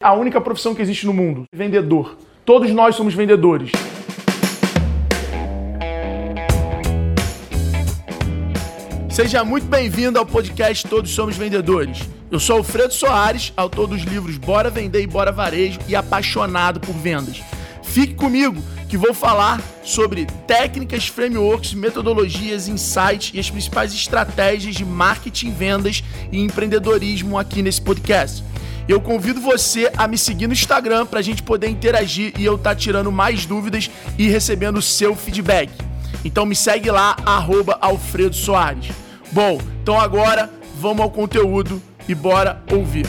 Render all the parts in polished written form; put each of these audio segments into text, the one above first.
a única profissão que existe no mundo: vendedor. Todos nós somos vendedores. Seja muito bem-vindo ao podcast Todos Somos Vendedores. Eu sou Alfredo Soares, autor dos livros Bora Vender e Bora Varejo e apaixonado por vendas. Fique comigo que vou falar sobre técnicas, frameworks, metodologias, insights e as principais estratégias de marketing, vendas e empreendedorismo aqui nesse podcast. Eu convido você a me seguir no Instagram para a gente poder interagir e eu estar tirando mais dúvidas e recebendo o seu feedback. Então me segue lá, @Alfredo Soares. Bom, então agora vamos ao conteúdo e bora ouvir.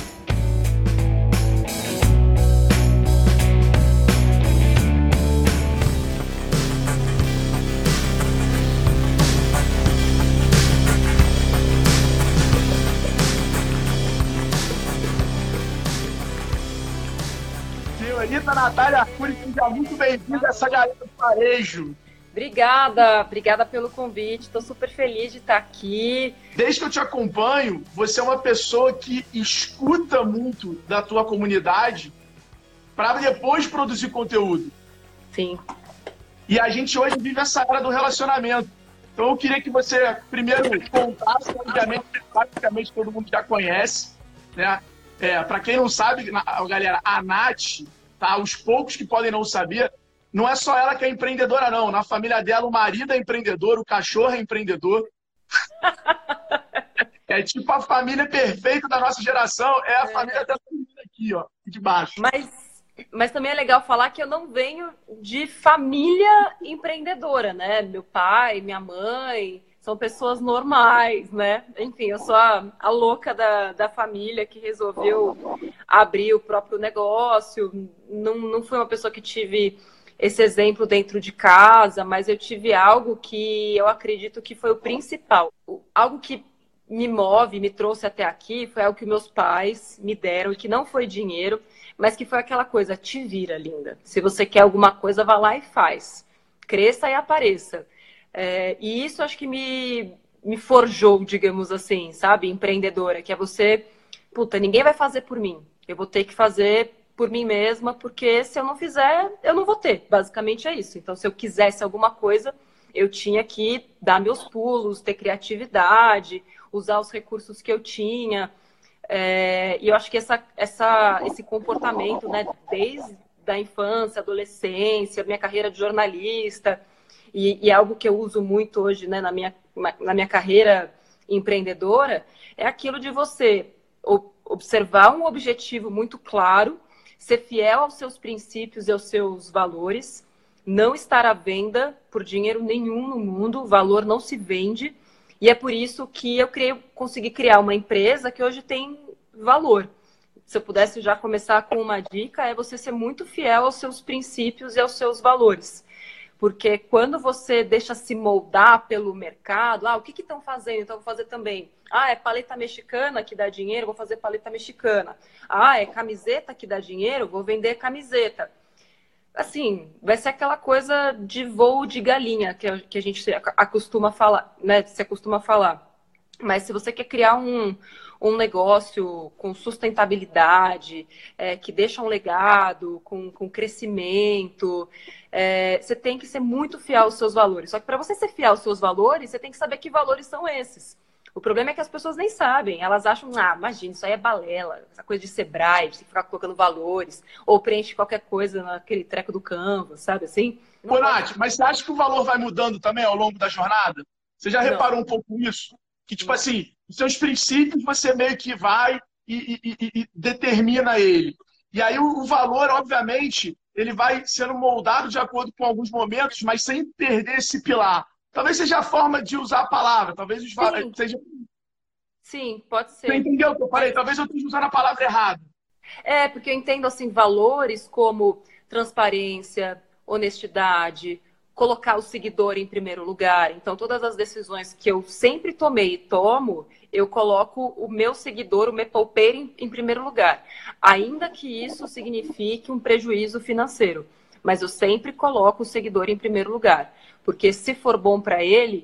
Senhorita Natália Arcuri, seja muito bem-vinda a essa galera do varejo. Obrigada pelo convite, estou super feliz de estar aqui. Desde que eu te acompanho, você é uma pessoa que escuta muito da tua comunidade para depois produzir conteúdo. Sim. E a gente hoje vive essa era do relacionamento. Então eu queria que você primeiro contasse, obviamente, praticamente todo mundo já conhece, né? Para quem não sabe, galera, a Nath, tá? Os poucos que podem não saber, não é só ela que é empreendedora, não. Na família dela, o marido é empreendedor, o cachorro é empreendedor. É tipo a família perfeita da nossa geração, é a família dessa menina aqui, ó, de baixo. Mas também é legal falar que eu não venho de família empreendedora, né? Meu pai, minha mãe são pessoas normais, né? Enfim, eu sou a louca da família que resolveu abrir o próprio negócio. Não fui uma pessoa que tive esse exemplo dentro de casa, mas eu tive algo que eu acredito que foi o principal. Algo que me move, me trouxe até aqui, foi algo que meus pais me deram e que não foi dinheiro, mas que foi aquela coisa: te vira, linda. Se você quer alguma coisa, vá lá e faz. Cresça e apareça. E isso acho que me forjou, digamos assim, sabe? Empreendedora, que é você, ninguém vai fazer por mim. Eu vou ter que fazer por mim mesma, porque se eu não fizer, eu não vou ter. Basicamente é isso. Então, se eu quisesse alguma coisa, eu tinha que dar meus pulos, ter criatividade, usar os recursos que eu tinha. E eu acho que esse comportamento, né, desde a infância, adolescência, minha carreira de jornalista, e algo que eu uso muito hoje, né, na minha carreira empreendedora, é aquilo de você observar um objetivo muito claro, ser fiel aos seus princípios e aos seus valores, não estar à venda por dinheiro nenhum no mundo, o valor não se vende, e é por isso que eu consegui criar uma empresa que hoje tem valor. Se eu pudesse já começar com uma dica, é você ser muito fiel aos seus princípios e aos seus valores. Porque quando você deixa se moldar pelo mercado, o que estão fazendo? Então, eu vou fazer também. É paleta mexicana que dá dinheiro, vou fazer paleta mexicana. É camiseta que dá dinheiro, vou vender camiseta. Assim, vai ser aquela coisa de voo de galinha que a gente acostuma falar, né? Se acostuma falar. Mas se você quer criar um negócio com sustentabilidade, que deixa um legado, com crescimento, você tem que ser muito fiel aos seus valores. Só que para você ser fiel aos seus valores, você tem que saber que valores são esses. O problema é que as pessoas nem sabem. Elas acham, imagina, isso aí é balela, essa coisa de Sebrae, de ficar colocando valores, ou preenche qualquer coisa naquele treco do Canvas, sabe assim? Ô, Nath, mas você acha que o valor vai mudando também ao longo da jornada? Você já reparou um pouco nisso? Que, tipo assim, os seus princípios você meio que vai e determina ele. E aí o valor, obviamente, ele vai sendo moldado de acordo com alguns momentos, mas sem perder esse pilar. Talvez seja a forma de usar a palavra, talvez seja... Sim, pode ser. Você entendeu o que eu falei? Talvez eu esteja usando a palavra errada. Porque eu entendo, assim, valores como transparência, honestidade, colocar o seguidor em primeiro lugar. Então, todas as decisões que eu sempre tomei e tomo, eu coloco o meu seguidor, o meu palpeiro em primeiro lugar. Ainda que isso signifique um prejuízo financeiro. Mas eu sempre coloco o seguidor em primeiro lugar. Porque se for bom para ele,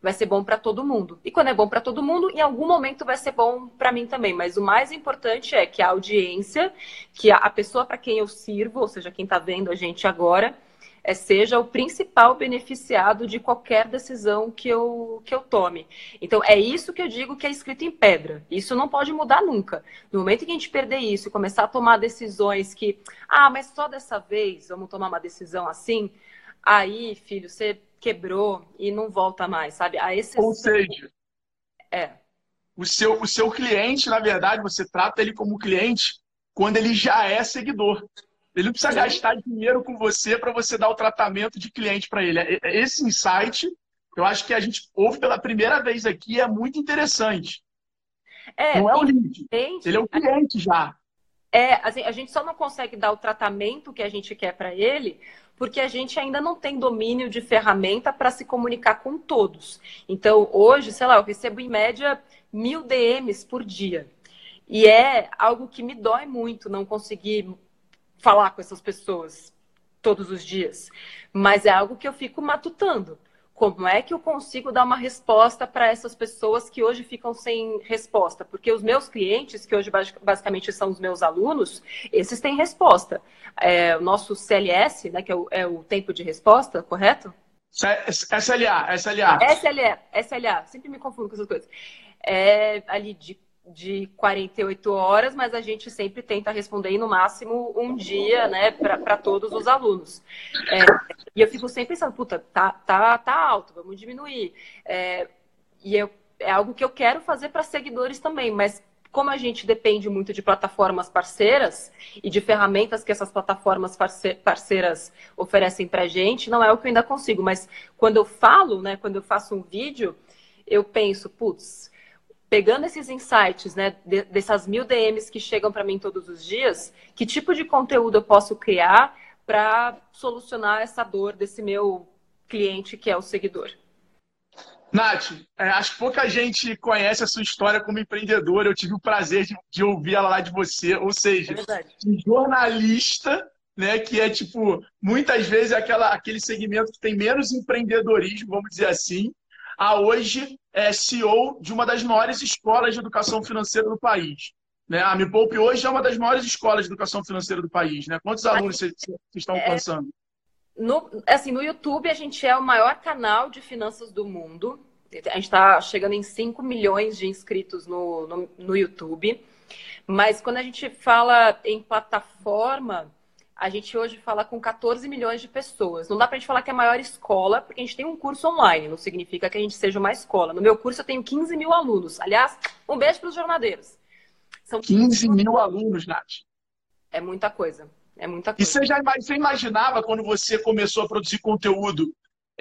vai ser bom para todo mundo. E quando é bom para todo mundo, em algum momento vai ser bom para mim também. Mas o mais importante é que a audiência, que a pessoa para quem eu sirvo, ou seja, quem está vendo a gente agora, seja o principal beneficiado de qualquer decisão que eu tome. Então, é isso que eu digo que é escrito em pedra. Isso não pode mudar nunca. No momento que a gente perder isso e começar a tomar decisões que, mas só dessa vez vamos tomar uma decisão assim, aí, filho, você quebrou e não volta mais, sabe? A exceção... Ou seja, É. o seu cliente, na verdade, você trata ele como cliente quando ele já é seguidor. Ele não precisa gastar dinheiro com você para você dar o tratamento de cliente para ele. Esse insight, eu acho que a gente ouve pela primeira vez aqui, é muito interessante. Não é o lead, ele é o cliente já. Assim, a gente só não consegue dar o tratamento que a gente quer para ele porque a gente ainda não tem domínio de ferramenta para se comunicar com todos. Então, hoje, sei lá, eu recebo em média 1000 DMs por dia. E é algo que me dói muito não conseguir falar com essas pessoas todos os dias. Mas é algo que eu fico matutando. Como é que eu consigo dar uma resposta para essas pessoas que hoje ficam sem resposta? Porque os meus clientes, que hoje basicamente são os meus alunos, esses têm resposta. O nosso CLS, né, que é o tempo de resposta, correto? SLA. SLA. Sempre me confundo com essas coisas. É ali de 48 horas, mas a gente sempre tenta responder no máximo um dia, né, para todos os alunos. E eu fico sempre pensando, puta, tá alto, vamos diminuir. É algo que eu quero fazer para seguidores também, mas como a gente depende muito de plataformas parceiras e de ferramentas que essas plataformas parceiras oferecem para a gente, não é o que eu ainda consigo. Mas quando eu falo, né, quando eu faço um vídeo, eu penso, putz, pegando esses insights, né, dessas 1000 DMs que chegam para mim todos os dias, que tipo de conteúdo eu posso criar para solucionar essa dor desse meu cliente que é o seguidor? Nath, acho que pouca gente conhece a sua história como empreendedora. Eu tive o prazer de ouvir ela lá de você. Ou seja, de jornalista, né, que é, tipo, muitas vezes aquele segmento que tem menos empreendedorismo, vamos dizer assim, a hoje é CEO de uma das maiores escolas de educação financeira do país. Né? A Me Poupe hoje é uma das maiores escolas de educação financeira do país. Né? Quantos alunos vocês estão alcançando? No YouTube, a gente é o maior canal de finanças do mundo. A gente está chegando em 5 milhões de inscritos no YouTube. Mas quando a gente fala em plataforma, a gente hoje fala com 14 milhões de pessoas. Não dá para a gente falar que é a maior escola, porque a gente tem um curso online. Não significa que a gente seja uma escola. No meu curso, eu tenho 15 mil alunos. Aliás, um beijo para os jornadeiros. São 15 mil alunos, Nath. É muita coisa. É muita coisa. E você imaginava, quando você começou a produzir conteúdo,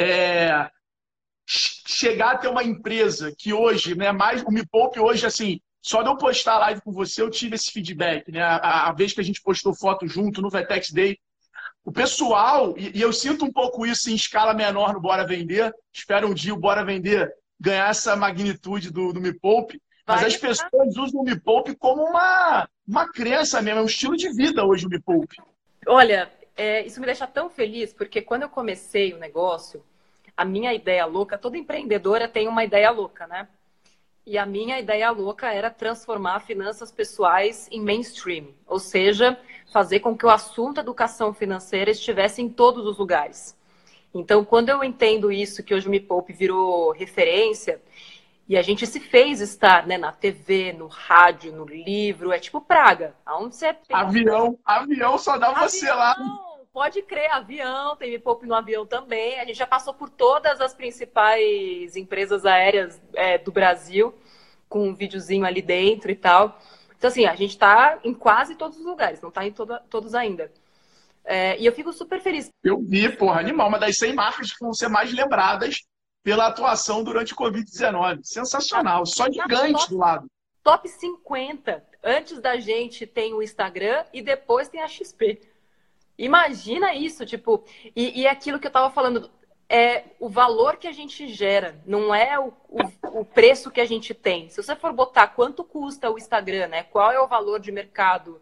chegar a ter uma empresa que hoje, né, mais o Me Poupe hoje, assim, só de eu postar a live com você, eu tive esse feedback, né? A vez que a gente postou foto junto no Vetex Day, o pessoal, e eu sinto um pouco isso em escala menor no Bora Vender, espero um dia o Bora Vender ganhar essa magnitude do Me Poupe, mas as pessoas usam o Me Poupe como uma crença mesmo, é um estilo de vida hoje o Me Poupe. Olha, isso me deixa tão feliz, porque quando eu comecei o negócio, a minha ideia louca, toda empreendedora tem uma ideia louca, né? E a minha ideia louca era transformar finanças pessoais em mainstream, ou seja, fazer com que o assunto educação financeira estivesse em todos os lugares. Então, quando eu entendo isso, que hoje o Me Poupe virou referência, e a gente se fez estar, né, na TV, no rádio, no livro, é tipo praga. Aonde você pensa? Avião só dá você lá. Pode crer, avião, tem Me Poupe no avião também. A gente já passou por todas as principais empresas aéreas do Brasil, com um videozinho ali dentro e tal. Então, assim, a gente tá em quase todos os lugares, não tá em todos ainda. E eu fico super feliz. Eu vi, porra, animal, uma das 100 marcas que vão ser mais lembradas pela atuação durante o Covid-19. Sensacional, só gigante do lado. Top 50. Antes da gente tem o Instagram e depois tem a XP. Imagina isso, tipo, e é aquilo que eu tava falando, é o valor que a gente gera, não é o preço que a gente tem. Se você for botar quanto custa o Instagram, né? Qual é o valor de mercado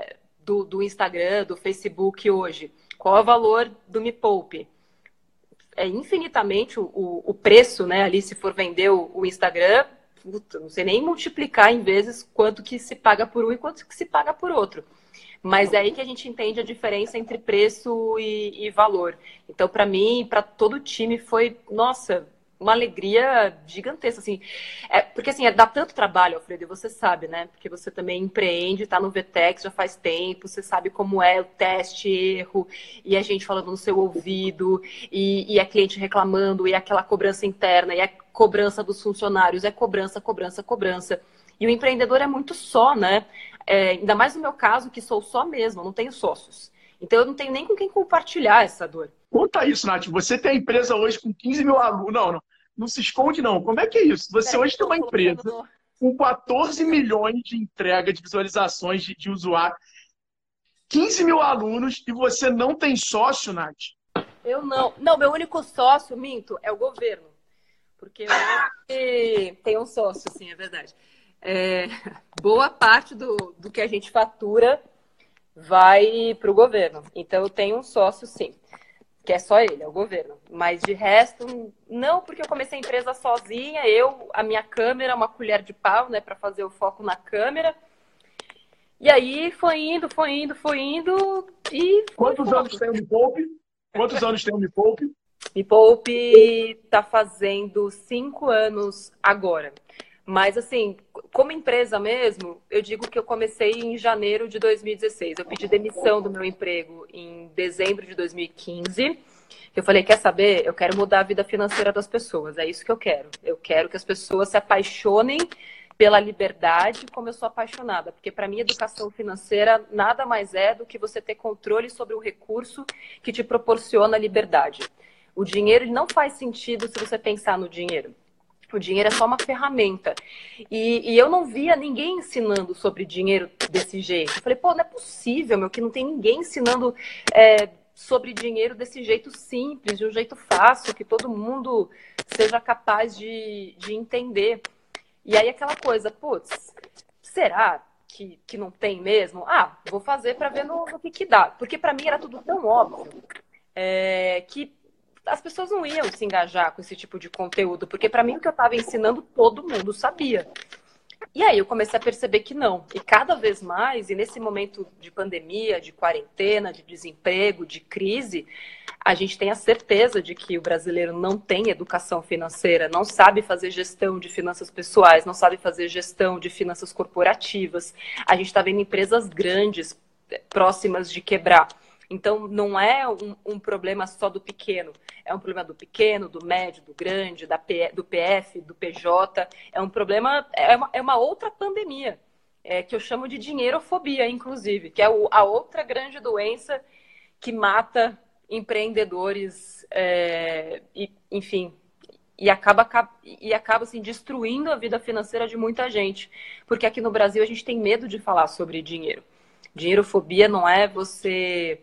do Instagram, do Facebook hoje? Qual é o valor do Me Poupe? infinitamente o preço, né? Ali, se for vender o Instagram, puta, não sei nem multiplicar em vezes quanto que se paga por um e quanto que se paga por outro. Mas é aí que a gente entende a diferença entre preço e valor. Então, para mim, para todo o time, foi, nossa, uma alegria gigantesca, assim. Porque, assim, dá tanto trabalho, Alfredo, e você sabe, né? Porque você também empreende, está no Vtex já faz tempo, você sabe como é o teste, erro, e a gente falando no seu ouvido, e a cliente reclamando, e aquela cobrança interna, e a cobrança dos funcionários, é cobrança, cobrança, cobrança. E o empreendedor é muito só, né? Ainda mais no meu caso, que sou só mesmo, não tenho sócios. Então, eu não tenho nem com quem compartilhar essa dor. Conta isso, Nath. Você tem a empresa hoje com 15 mil alunos. Não se esconde, não. Como é que é isso? Você Peraí, hoje tem uma empresa com 14 milhões de entrega de visualizações de usuário, 15 mil alunos e você não tem sócio, Nath? Eu não. Não, meu único sócio, minto, é o governo. Porque eu tenho um sócio, sim, é verdade. Boa parte do que a gente fatura vai para o governo. Então, eu tenho um sócio, sim, que é só ele, é o governo. Mas de resto, não, porque eu comecei a empresa sozinha, a minha câmera, uma colher de pau, né, para fazer o foco na câmera. E aí foi indo, foi indo, foi indo e... Quantos anos tem o Me Poupe? Quantos anos tem o Me Poupe? Me Poupe tá fazendo 5 anos agora. Mas, assim, como empresa mesmo, eu digo que eu comecei em janeiro de 2016. Eu pedi demissão do meu emprego em dezembro de 2015. Eu falei, quer saber? Eu quero mudar a vida financeira das pessoas. É isso que eu quero. Eu quero que as pessoas se apaixonem pela liberdade como eu sou apaixonada. Porque, para mim, educação financeira nada mais é do que você ter controle sobre um recurso que te proporciona liberdade. O dinheiro não faz sentido se você pensar no dinheiro. O dinheiro é só uma ferramenta. E eu não via ninguém ensinando sobre dinheiro desse jeito. Eu falei, pô, não é possível, meu, que não tem ninguém ensinando sobre dinheiro desse jeito simples, de um jeito fácil, que todo mundo seja capaz de entender. E aí aquela coisa, putz, será que não tem mesmo? Ah, vou fazer para ver no que dá. Porque para mim era tudo tão óbvio que as pessoas não iam se engajar com esse tipo de conteúdo, porque para mim o que eu estava ensinando todo mundo sabia. E aí eu comecei a perceber que não. E cada vez mais, e nesse momento de pandemia, de quarentena, de desemprego, de crise, a gente tem a certeza de que o brasileiro não tem educação financeira, não sabe fazer gestão de finanças pessoais, não sabe fazer gestão de finanças corporativas. A gente está vendo empresas grandes próximas de quebrar. Então, não é um problema só do pequeno. É um problema do pequeno, do médio, do grande, do PF, do PJ. É um problema, é uma outra pandemia, que eu chamo de dinheirofobia, inclusive, que é a outra grande doença que mata empreendedores, enfim, e acaba assim, destruindo a vida financeira de muita gente. Porque aqui no Brasil a gente tem medo de falar sobre dinheiro. Dinheirofobia não é você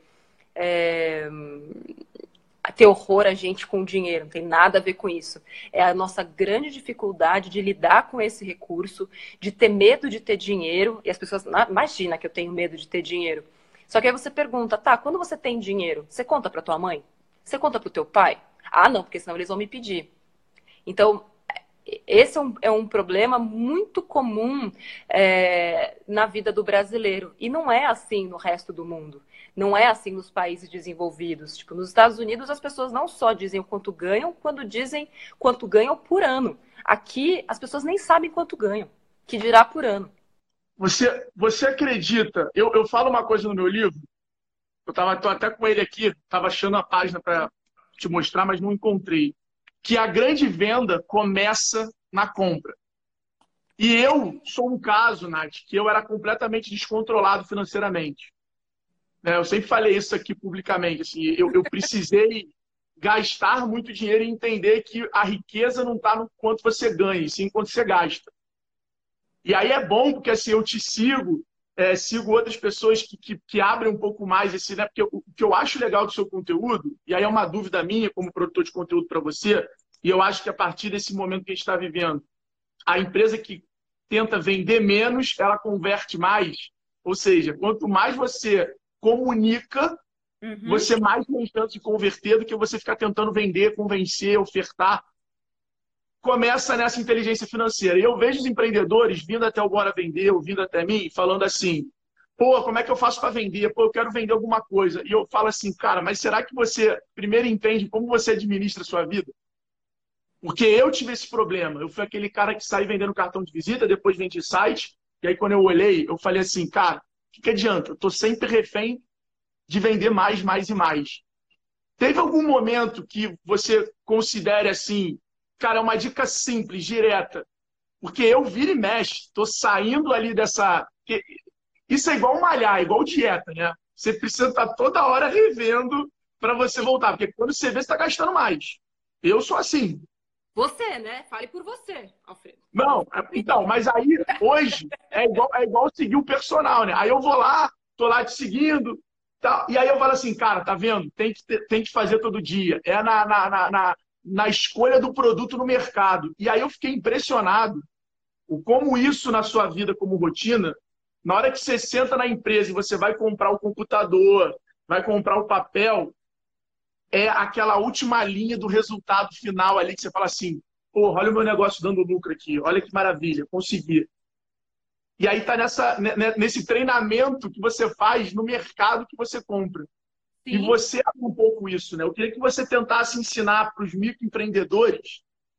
ter horror a gente com o dinheiro, não tem nada a ver com isso. É a nossa grande dificuldade de lidar com esse recurso, de ter medo de ter dinheiro, e as pessoas, imagina que eu tenho medo de ter dinheiro. Só que aí você pergunta, tá, quando você tem dinheiro, você conta para tua mãe? Você conta para o teu pai? Ah, não, porque senão eles vão me pedir. Então, esse é um problema muito comum na vida do brasileiro. E não é assim no resto do mundo. Não é assim nos países desenvolvidos. Tipo, nos Estados Unidos, as pessoas não só dizem o quanto ganham, quando dizem quanto ganham por ano. Aqui, as pessoas nem sabem quanto ganham, que dirá por ano. Você acredita? Eu falo uma coisa no meu livro, tô até com ele aqui, estava achando a página para te mostrar, mas não encontrei. Que a grande venda começa na compra. E eu sou um caso, Nath, que eu era completamente descontrolado financeiramente. Eu sempre falei isso aqui publicamente. Assim, eu precisei gastar muito dinheiro e entender que a riqueza não está no quanto você ganha, sim quanto você gasta. E aí é bom porque assim, eu te sigo, sigo outras pessoas que abrem um pouco mais esse, né? Porque o que eu acho legal do seu conteúdo, e aí é uma dúvida minha como produtor de conteúdo para você, e eu acho que a partir desse momento que a gente está vivendo, a empresa que tenta vender menos, ela converte mais. Ou seja, quanto mais você comunica, Uhum. você mais tem chance de converter do que você ficar tentando vender, convencer, ofertar. Começa nessa inteligência financeira. E eu vejo os empreendedores vindo até o Bora Vender, ou vindo até mim, falando assim, pô, como é que eu faço para vender? Pô, eu quero vender alguma coisa. E eu falo assim, cara, mas será que você primeiro entende como você administra a sua vida? Porque eu tive esse problema. Eu fui aquele cara que saí vendendo cartão de visita, depois vendi site. E aí, quando eu olhei, eu falei assim, cara, o que adianta? Eu tô sempre refém de vender mais, mais e mais. Teve algum momento que você considere assim, cara, é uma dica simples, direta, porque eu viro e mexe, tô saindo ali dessa. Isso é igual malhar, igual dieta, né? Você precisa estar toda hora revendo para você voltar, porque quando você vê, você está gastando mais. Eu sou assim. Você, né? Fale por você, Alfredo. Não, então, mas aí, hoje, é igual seguir o personal, né? Aí eu vou lá, tô lá te seguindo, tá, e aí eu falo assim, cara, tá vendo? Tem que fazer todo dia. É na escolha do produto no mercado. E aí eu fiquei impressionado o como isso na sua vida como rotina, na hora que você senta na empresa e você vai comprar o computador, vai comprar o papel, é aquela última linha do resultado final ali que você fala assim, porra, olha o meu negócio dando lucro aqui, olha que maravilha, consegui. E aí tá nesse treinamento que você faz no mercado que você compra. E Sim. você abre um pouco isso, né? Eu queria que você tentasse ensinar para os microempreendedores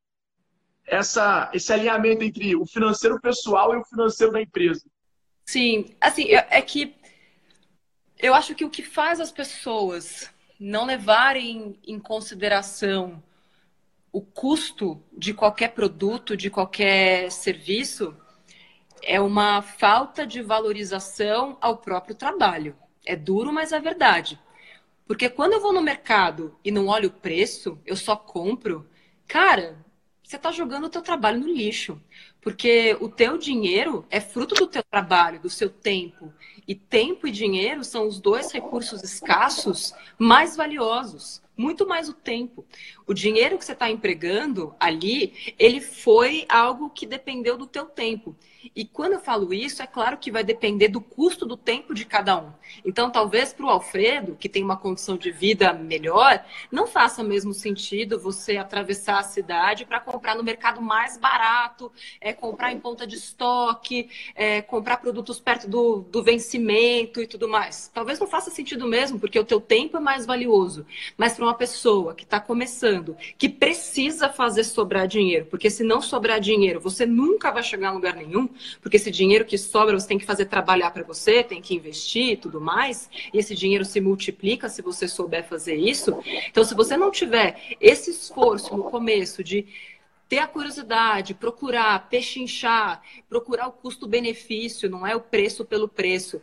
esse alinhamento entre o financeiro pessoal e o financeiro da empresa. Sim, assim, é que eu acho que o que faz as pessoas não levarem em consideração o custo de qualquer produto, de qualquer serviço, é uma falta de valorização ao próprio trabalho. É duro, mas é verdade. Porque quando eu vou no mercado e não olho o preço, eu só compro, cara, você está jogando o teu trabalho no lixo. Porque o teu dinheiro é fruto do teu trabalho, do seu tempo. E tempo e dinheiro são os dois recursos escassos mais valiosos. Muito mais o tempo. O dinheiro que você está empregando ali, ele foi algo que dependeu do teu tempo. E quando eu falo isso, é claro que vai depender do custo do tempo de cada um. Então, talvez para o Alfredo, que tem uma condição de vida melhor, não faça mesmo sentido você atravessar a cidade para comprar no mercado mais barato, comprar em ponta de estoque, comprar produtos perto do vencimento e tudo mais. Talvez não faça sentido mesmo, porque o teu tempo é mais valioso. Mas para uma pessoa que está começando, que precisa fazer sobrar dinheiro, porque se não sobrar dinheiro, você nunca vai chegar a lugar nenhum, porque esse dinheiro que sobra você tem que fazer trabalhar para você, tem que investir e tudo mais, e esse dinheiro se multiplica se você souber fazer isso. Então, se você não tiver esse esforço no começo de ter a curiosidade, procurar, pechinchar, procurar o custo-benefício, não é o preço pelo preço,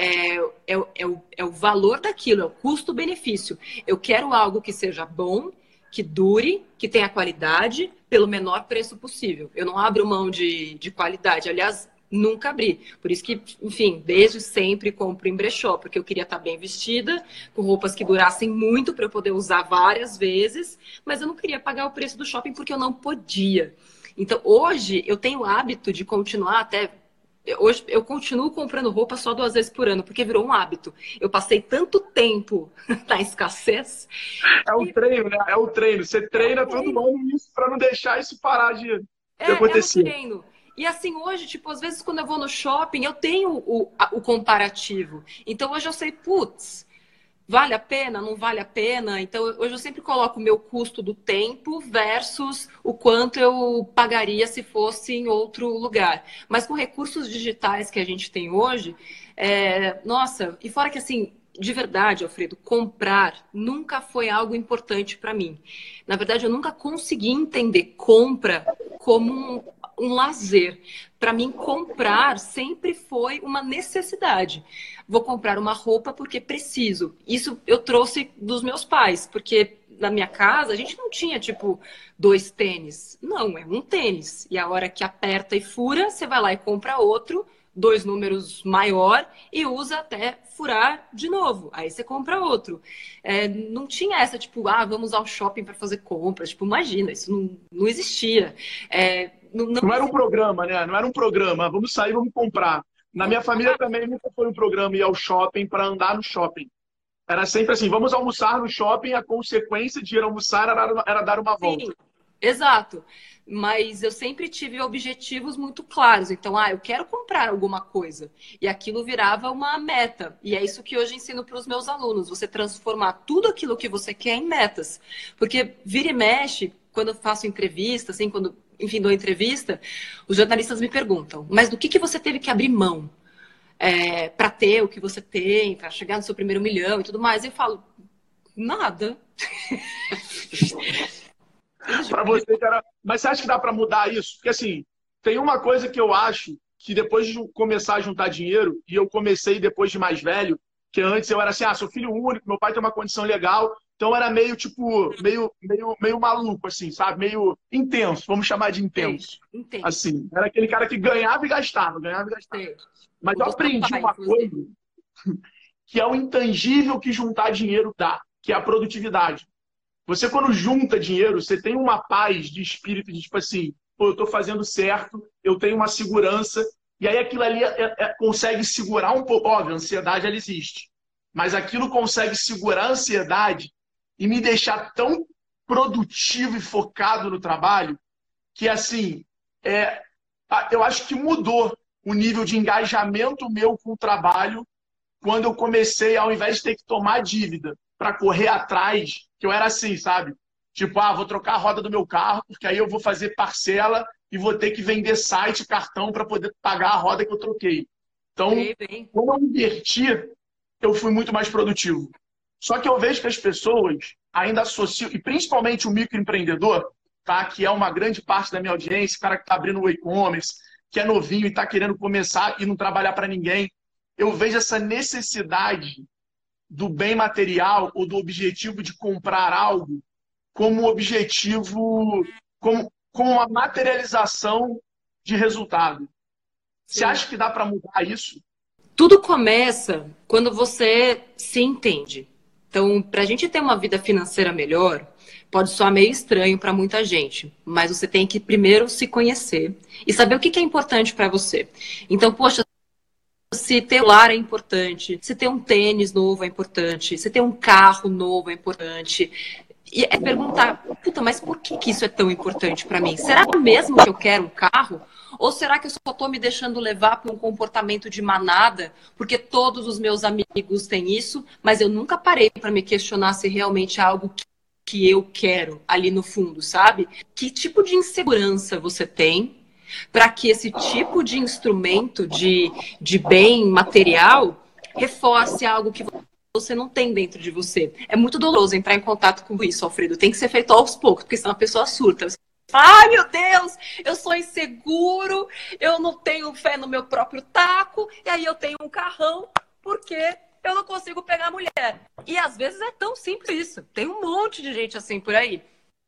é o valor daquilo, é o custo-benefício. Eu quero algo que seja bom, que dure, que tenha qualidade, pelo menor preço possível. Eu não abro mão de qualidade. Aliás, nunca abri. Por isso que, enfim, desde sempre compro em brechó, porque eu queria estar bem vestida, com roupas que durassem muito para eu poder usar várias vezes, mas eu não queria pagar o preço do shopping porque eu não podia. Então, hoje, eu tenho o hábito de continuar até. Hoje eu continuo comprando roupa só 2 vezes por ano, porque virou um hábito. Eu passei tanto tempo na escassez. É o treino, né? É o treino. Você treina todo ano isso para não deixar isso parar de É o acontecer. treino. E assim, hoje, tipo, às vezes quando eu vou no shopping, eu tenho o comparativo. Então hoje eu sei, putz, vale a pena, não vale a pena? Então hoje eu sempre coloco o meu custo do tempo versus o quanto eu pagaria se fosse em outro lugar. Mas com recursos digitais que a gente tem hoje, nossa, e fora que assim, de verdade, Alfredo, comprar nunca foi algo importante para mim. Na verdade, eu nunca consegui entender compra como um lazer. Para mim, comprar sempre foi uma necessidade. Vou comprar uma roupa porque preciso. Isso eu trouxe dos meus pais, porque na minha casa a gente não tinha, tipo, 2 tênis. Não, é um tênis. E a hora que aperta e fura, você vai lá e compra outro, 2 números maior, e usa até furar de novo. Aí você compra outro. Não tinha essa, tipo, vamos ao shopping para fazer compras. Tipo, imagina, isso não existia. Não era um programa, né? Não era um programa. Vamos sair, vamos comprar. Na minha família também nunca foi um programa ir ao shopping para andar no shopping. Era sempre assim, vamos almoçar no shopping, a consequência de ir almoçar era dar uma volta. Sim, exato. Mas eu sempre tive objetivos muito claros. Então, eu quero comprar alguma coisa. E aquilo virava uma meta. E é isso que hoje ensino para os meus alunos: você transformar tudo aquilo que você quer em metas. Porque vira e mexe, quando eu faço entrevista, assim, quando, enfim, dou entrevista, os jornalistas me perguntam: mas do que você teve que abrir mão? Para ter o que você tem, para chegar no seu primeiro milhão e tudo mais. Eu falo: nada. Para você, cara. Mas você acha que dá para mudar isso? Porque assim, tem uma coisa que eu acho que depois de começar a juntar dinheiro, e eu comecei depois de mais velho, que antes eu era assim, sou filho único, meu pai tem uma condição legal, então era meio tipo, meio maluco, assim, sabe? Meio intenso, vamos chamar de intenso. Entendo. Assim, era aquele cara que ganhava e gastava, ganhava e gastava. Sei. Mas O eu do seu aprendi pai, uma inclusive. coisa que é o intangível que juntar dinheiro dá, que é a produtividade. Você, quando junta dinheiro, você tem uma paz de espírito de tipo assim, pô, eu estou fazendo certo, eu tenho uma segurança, e aí aquilo ali consegue segurar um pouco. Óbvio, a ansiedade ela existe, mas aquilo consegue segurar a ansiedade e me deixar tão produtivo e focado no trabalho que, assim, eu acho que mudou o nível de engajamento meu com o trabalho quando eu comecei, ao invés de ter que tomar dívida para correr atrás, que eu era assim, sabe? Tipo, vou trocar a roda do meu carro, porque aí eu vou fazer parcela e vou ter que vender site, cartão para poder pagar a roda que eu troquei. Então, Sei bem. quando eu inverti, eu fui muito mais produtivo. Só que eu vejo que as pessoas ainda associam, e principalmente o microempreendedor, tá? Que é uma grande parte da minha audiência, o cara que está abrindo o e-commerce, que é novinho e está querendo começar e não trabalhar para ninguém. Eu vejo essa necessidade do bem material ou do objetivo de comprar algo como objetivo, como uma materialização de resultado. Você Sim. acha que dá para mudar isso? Tudo começa quando você se entende. Então, para a gente ter uma vida financeira melhor, pode soar meio estranho para muita gente, mas você tem que primeiro se conhecer e saber o que é importante para você. Então, poxa, se ter um lar é importante, se ter um tênis novo é importante, se ter um carro novo é importante. E é perguntar, puta, mas por que isso é tão importante para mim? Será mesmo que eu quero um carro? Ou será que eu só estou me deixando levar por um comportamento de manada, porque todos os meus amigos têm isso, mas eu nunca parei para me questionar se realmente é algo que eu quero ali no fundo, sabe? Que tipo de insegurança você tem para que esse tipo de instrumento de bem material reforce algo que você não tem dentro de você. É muito doloroso entrar em contato com isso, Alfredo. Tem que ser feito aos poucos, porque senão a pessoa surta. Você fala, ai, meu Deus, eu sou inseguro, eu não tenho fé no meu próprio taco, e aí eu tenho um carrão, porque eu não consigo pegar a mulher. E às vezes é tão simples isso. Tem um monte de gente assim por aí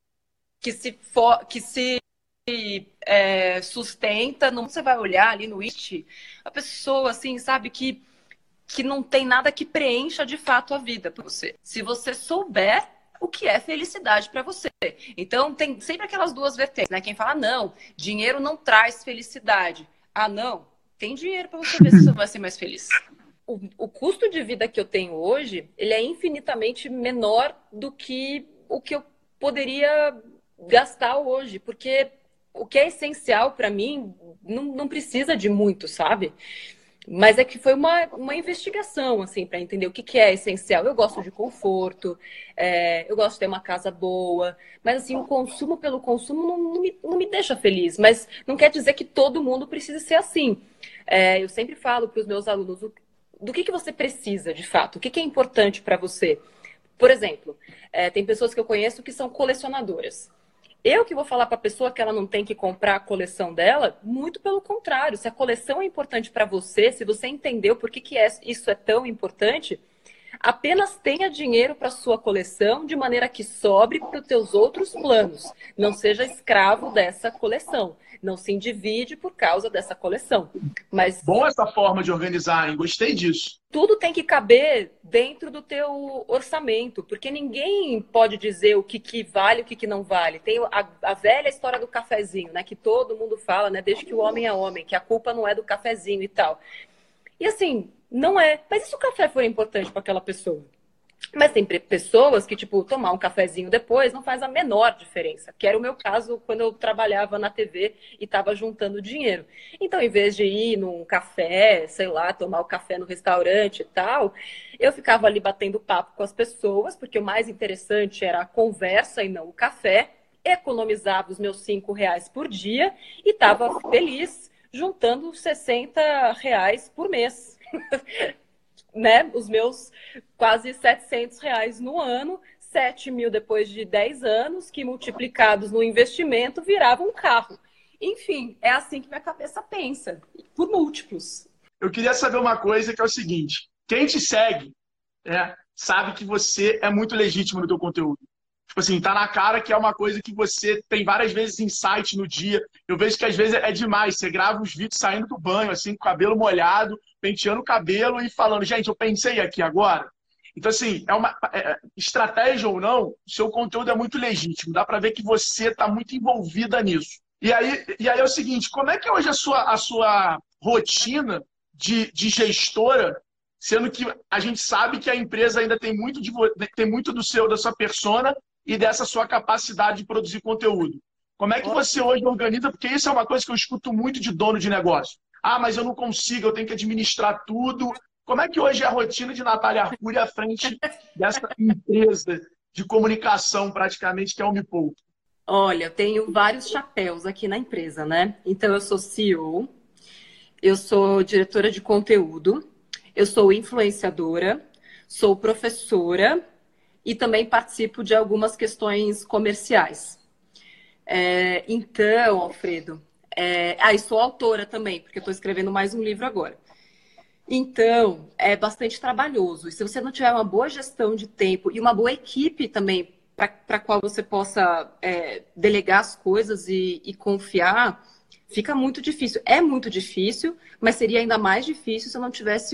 que se sustenta, não você vai olhar ali no It, a pessoa assim, sabe, que não tem nada que preencha de fato a vida para você. Se você souber o que é felicidade para você. Então, tem sempre aquelas duas vertentes, né? Quem fala, não, dinheiro não traz felicidade. Não, tem dinheiro para você ver se você vai ser mais feliz. O custo de vida que eu tenho hoje, ele é infinitamente menor do que o que eu poderia gastar hoje, porque o que é essencial para mim não precisa de muito, sabe? Mas é que foi uma investigação, assim, para entender o que é essencial. Eu gosto de conforto, eu gosto de ter uma casa boa, mas, assim, o consumo pelo consumo não me deixa feliz. Mas não quer dizer que todo mundo precisa ser assim. Eu sempre falo para os meus alunos do que você precisa, de fato, o que é importante para você. Por exemplo, tem pessoas que eu conheço que são colecionadoras. Eu que vou falar para a pessoa que ela não tem que comprar a coleção dela, muito pelo contrário. Se a coleção é importante para você, se você entendeu por que isso é tão importante, apenas tenha dinheiro para sua coleção de maneira que sobre para os teus outros planos. Não seja escravo dessa coleção. Não se endivide por causa dessa coleção. Mas Bom essa forma de organizar, hein? Gostei disso. tudo tem que caber dentro do teu orçamento, porque ninguém pode dizer o que vale e o que não vale. Tem a velha história do cafezinho, né? Que todo mundo fala, né? Desde que o homem é homem, que a culpa não é do cafezinho e tal. E assim, não é. Mas e se o café for importante para aquela pessoa? Mas tem pessoas que, tipo, tomar um cafezinho depois não faz a menor diferença. Que era o meu caso quando eu trabalhava na TV e estava juntando dinheiro. Então, em vez de ir num café, sei lá, tomar o café no restaurante e tal, eu ficava ali batendo papo com as pessoas, porque o mais interessante era a conversa e não o café. Economizava os meus R$ 5 por dia e estava feliz juntando R$ 60 por mês. Né, os meus quase R$ 700 no ano, 7 mil depois de 10 anos, que multiplicados no investimento viravam um carro. Enfim, é assim que minha cabeça pensa, por múltiplos. Eu queria saber uma coisa que é o seguinte: quem te segue, sabe que você é muito legítimo no teu conteúdo. Tipo assim, tá na cara que é uma coisa que você tem várias vezes insight no dia. Eu vejo que às vezes é demais. Você grava os vídeos saindo do banho, assim, com o cabelo molhado, penteando o cabelo e falando, gente, eu pensei aqui agora. Então, assim, estratégia ou não, o seu conteúdo é muito legítimo. Dá pra ver que você tá muito envolvida nisso. E aí é o seguinte, como é que é hoje a sua rotina de gestora, sendo que a gente sabe que a empresa ainda tem muito da sua persona e dessa sua capacidade de produzir conteúdo. Como é que você hoje organiza? Porque isso é uma coisa que eu escuto muito de dono de negócio. Ah, mas eu não consigo, eu tenho que administrar tudo. Como é que hoje é a rotina de Natália Arcuri à frente dessa empresa de comunicação, praticamente, que é o Me Poupe? Olha, eu tenho vários chapéus aqui na empresa, né? Então, eu sou CEO, eu sou diretora de conteúdo, eu sou influenciadora, sou professora e também participo de algumas questões comerciais. Então, Alfredo, e sou autora também, porque eu estou escrevendo mais um livro agora. Então, é bastante trabalhoso. E se você não tiver uma boa gestão de tempo e uma boa equipe também para a qual você possa delegar as coisas e confiar, fica muito difícil. É muito difícil, mas seria ainda mais difícil se eu não tivesse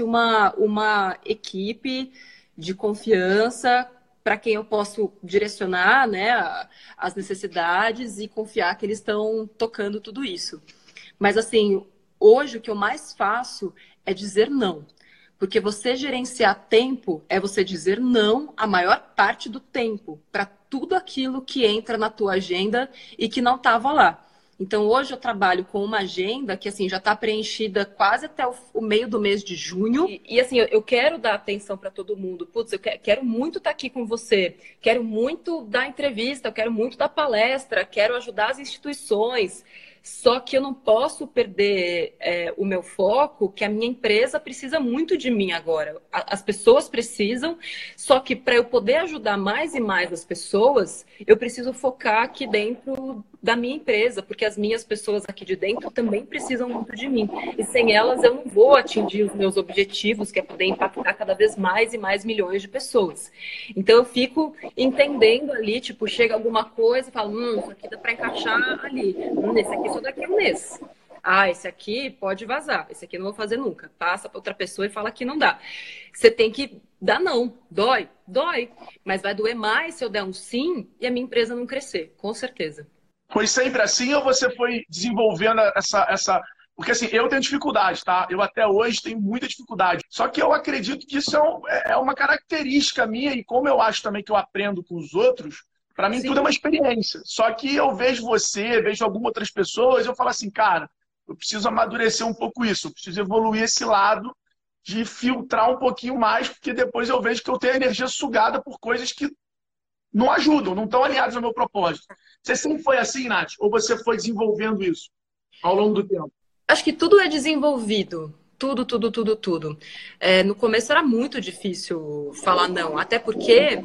uma equipe de confiança para quem eu posso direcionar, né, as necessidades e confiar que eles estão tocando tudo isso. Mas, assim, hoje o que eu mais faço é dizer não. Porque você gerenciar tempo é você dizer não a maior parte do tempo para tudo aquilo que entra na tua agenda e que não estava lá. Então, hoje eu trabalho com uma agenda que, assim, já está preenchida quase até o meio do mês de junho. Assim, eu quero dar atenção para todo mundo. Putz, eu quero muito estar aqui com você. Quero muito dar entrevista, eu quero muito dar palestra, quero ajudar as instituições. Só que eu não posso perder o meu foco, que a minha empresa precisa muito de mim agora. As pessoas precisam, só que para eu poder ajudar mais e mais as pessoas, eu preciso focar aqui dentro da minha empresa, porque as minhas pessoas aqui de dentro também precisam muito de mim. E sem elas eu não vou atingir os meus objetivos, que é poder impactar cada vez mais e mais milhões de pessoas. Então eu fico entendendo ali, tipo, chega alguma coisa e falo, isso aqui dá para encaixar ali. Esse aqui só daqui a um mês. Ah, esse aqui pode vazar. Esse aqui eu não vou fazer nunca. Passa para outra pessoa e fala que não dá. Você tem que dar não. Dói? Dói. Mas vai doer mais se eu der um sim e a minha empresa não crescer. Com certeza. Foi sempre assim ou você foi desenvolvendo essa... Porque assim, eu tenho dificuldade, tá? Eu até hoje tenho muita dificuldade. Só que eu acredito que isso é uma característica minha e como eu acho também que eu aprendo com os outros, para mim, tudo é uma experiência. Só que eu vejo você, vejo algumas outras pessoas, eu falo assim, cara, eu preciso amadurecer um pouco isso, eu preciso evoluir esse lado de filtrar um pouquinho mais, porque depois eu vejo que eu tenho energia sugada por coisas que não ajudam, não estão alinhadas ao meu propósito. Você sempre foi assim, Nath? Ou você foi desenvolvendo isso ao longo do tempo? Acho que tudo é desenvolvido. Tudo, tudo, tudo, tudo. No começo era muito difícil falar não, até porque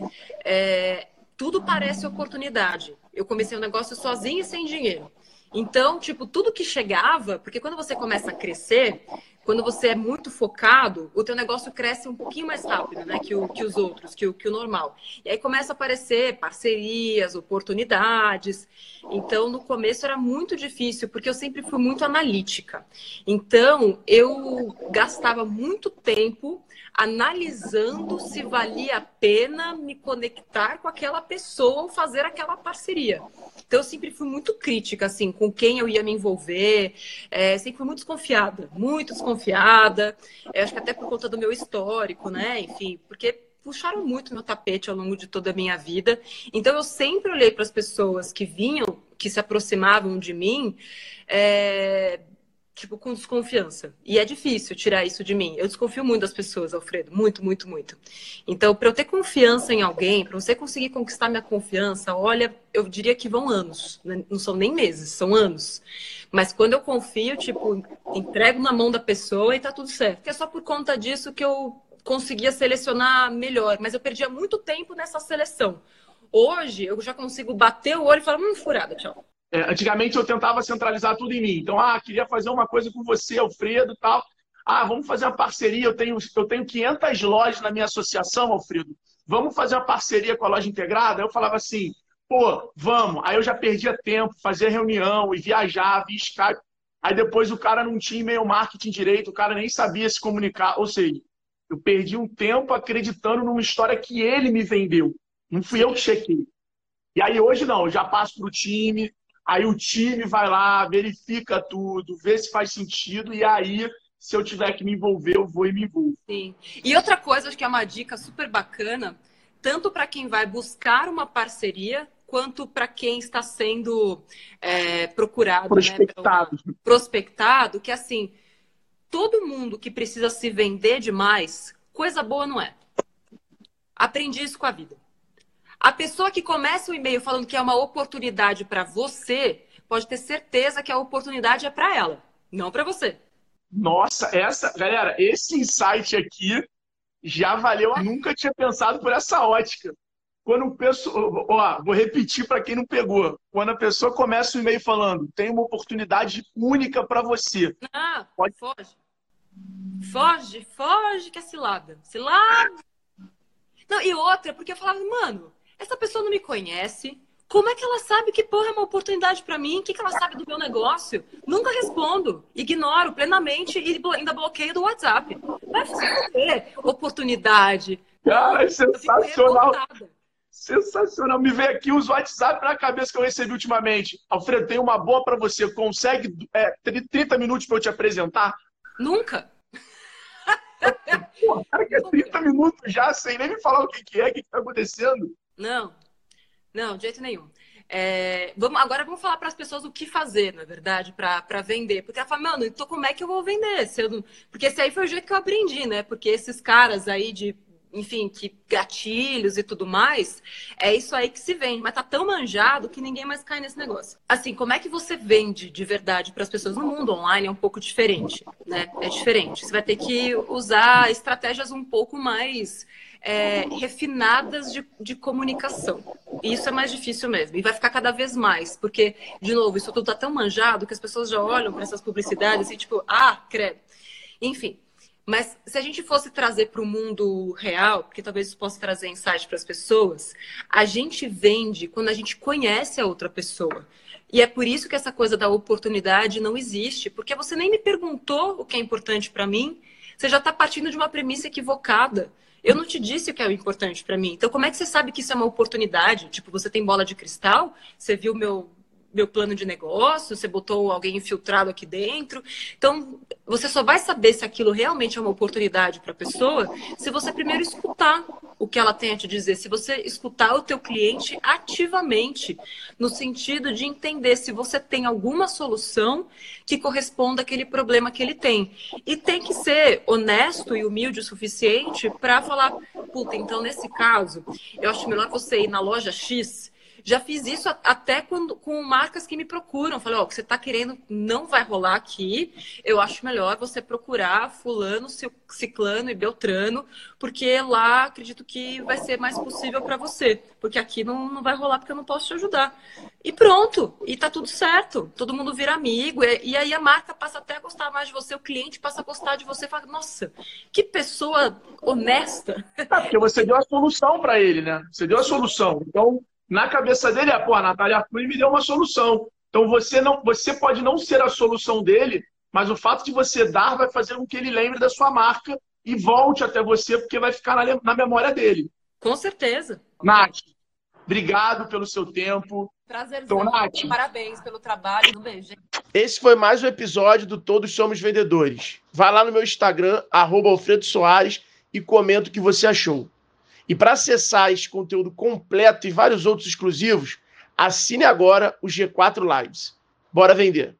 tudo parece oportunidade. Eu comecei um negócio sozinha e sem dinheiro. Então, tipo, tudo que chegava, porque quando você começa a crescer, quando você é muito focado, o teu negócio cresce um pouquinho mais rápido, né, que os outros, que o normal. E aí começa a aparecer parcerias, oportunidades. Então, no começo era muito difícil, porque eu sempre fui muito analítica. Então, eu gastava muito tempo analisando se valia a pena me conectar com aquela pessoa ou fazer aquela parceria. Então, eu sempre fui muito crítica, assim, com quem eu ia me envolver. Sempre fui muito desconfiada, muito desconfiada. Acho que até por conta do meu histórico, né? Enfim, porque puxaram muito meu tapete ao longo de toda a minha vida. Então, eu sempre olhei para as pessoas que vinham, que se aproximavam de mim, tipo, com desconfiança. E é difícil tirar isso de mim. Eu desconfio muito das pessoas, Alfredo. Muito, muito, muito. Então, para eu ter confiança em alguém, para você conseguir conquistar minha confiança, olha, eu diria que vão anos. Não são nem meses, são anos. Mas quando eu confio, tipo, entrego na mão da pessoa e tá tudo certo. É só por conta disso que eu conseguia selecionar melhor. Mas eu perdia muito tempo nessa seleção. Hoje, eu já consigo bater o olho e falar, furada, tchau. Antigamente eu tentava centralizar tudo em mim. Então, queria fazer uma coisa com você, Alfredo, e tal. Vamos fazer uma parceria. Eu tenho 500 lojas na minha associação, Alfredo. Vamos fazer uma parceria com a loja integrada? Eu falava assim, pô, vamos. Aí eu já perdia tempo, fazia reunião e viajava, e Skype. Aí depois o cara não tinha e-mail marketing direito, o cara nem sabia se comunicar. Ou seja, eu perdi um tempo acreditando numa história que ele me vendeu. Não fui eu que chequei. E aí hoje não, eu já passo para o time. Aí o time vai lá, verifica tudo, vê se faz sentido, e aí, se eu tiver que me envolver, eu vou e me envolvo. Sim. E outra coisa, acho que é uma dica super bacana, tanto para quem vai buscar uma parceria, quanto para quem está sendo procurado, Prospectado. Né, prospectado, que assim, todo mundo que precisa se vender demais, coisa boa não é. Aprendi isso com a vida. A pessoa que começa o e-mail falando que é uma oportunidade para você, pode ter certeza que a oportunidade é para ela, não para você. Nossa, galera, esse insight aqui já valeu. Eu nunca tinha pensado por essa ótica. Quando vou repetir para quem não pegou. Quando a pessoa começa o e-mail falando, tem uma oportunidade única para você. Foge. Foge que é cilada. Cilada. Não, e outra, porque eu falava, mano, essa pessoa não me conhece. Como é que ela sabe que porra é uma oportunidade para mim? O que ela sabe do meu negócio? Nunca respondo. Ignoro plenamente e ainda bloqueio do WhatsApp. Vai fazer oportunidade. Cara, é sensacional. Sensacional. Me veio aqui os WhatsApp na cabeça que eu recebi ultimamente. Alfredo, tem uma boa para você. Consegue 30 minutos para eu te apresentar? Nunca. Pô, cara, que é 30 minutos já, sem nem me falar o que é, o que está acontecendo. Não, de jeito nenhum. Agora vamos falar para as pessoas o que fazer, na verdade, para vender. Porque ela fala, mano, então como é que eu vou vender? Porque esse aí foi o jeito que eu aprendi, né? Porque esses caras aí enfim, que gatilhos e tudo mais, é isso aí que se vende. Mas tá tão manjado que ninguém mais cai nesse negócio. Assim, como é que você vende de verdade para as pessoas no mundo online é um pouco diferente, né? É diferente. Você vai ter que usar estratégias um pouco mais refinadas de comunicação. E isso é mais difícil mesmo. E vai ficar cada vez mais. Porque, de novo, isso tudo tá tão manjado que as pessoas já olham para essas publicidades e tipo, credo. Enfim. Mas se a gente fosse trazer para o mundo real, porque talvez isso possa trazer insight para as pessoas, a gente vende quando a gente conhece a outra pessoa. E é por isso que essa coisa da oportunidade não existe, porque você nem me perguntou o que é importante para mim, você já está partindo de uma premissa equivocada. Eu não te disse o que é importante para mim. Então, como é que você sabe que isso é uma oportunidade? Tipo, você tem bola de cristal? Você viu meu plano de negócio, você botou alguém infiltrado aqui dentro. Então, você só vai saber se aquilo realmente é uma oportunidade para a pessoa se você primeiro escutar o que ela tem a te dizer, se você escutar o teu cliente ativamente, no sentido de entender se você tem alguma solução que corresponda àquele problema que ele tem. E tem que ser honesto e humilde o suficiente para falar, puta, então nesse caso, eu acho melhor você ir na loja X. Já fiz isso até com marcas que me procuram. Falei, o que você está querendo não vai rolar aqui. Eu acho melhor você procurar fulano, ciclano e beltrano, porque lá acredito que vai ser mais possível para você. Porque aqui não vai rolar porque eu não posso te ajudar. E pronto. E tá tudo certo. Todo mundo vira amigo. E aí a marca passa até a gostar mais de você. O cliente passa a gostar de você. Fala, nossa, que pessoa honesta. Porque você deu a solução para ele, né? Você deu a solução. Então, na cabeça dele, a Natália Arcuri me deu uma solução. Então, você pode não ser a solução dele, mas o fato de você dar vai fazer com que ele lembre da sua marca e volte até você, porque vai ficar na memória dele. Com certeza. Nath, obrigado pelo seu tempo. Prazerzão. Então, Nath, parabéns pelo trabalho. Um beijo. Esse foi mais um episódio do Todos Somos Vendedores. Vai lá no meu Instagram, @Alfredo Soares, e comenta o que você achou. E para acessar esse conteúdo completo e vários outros exclusivos, assine agora o G4 Lives. Bora vender!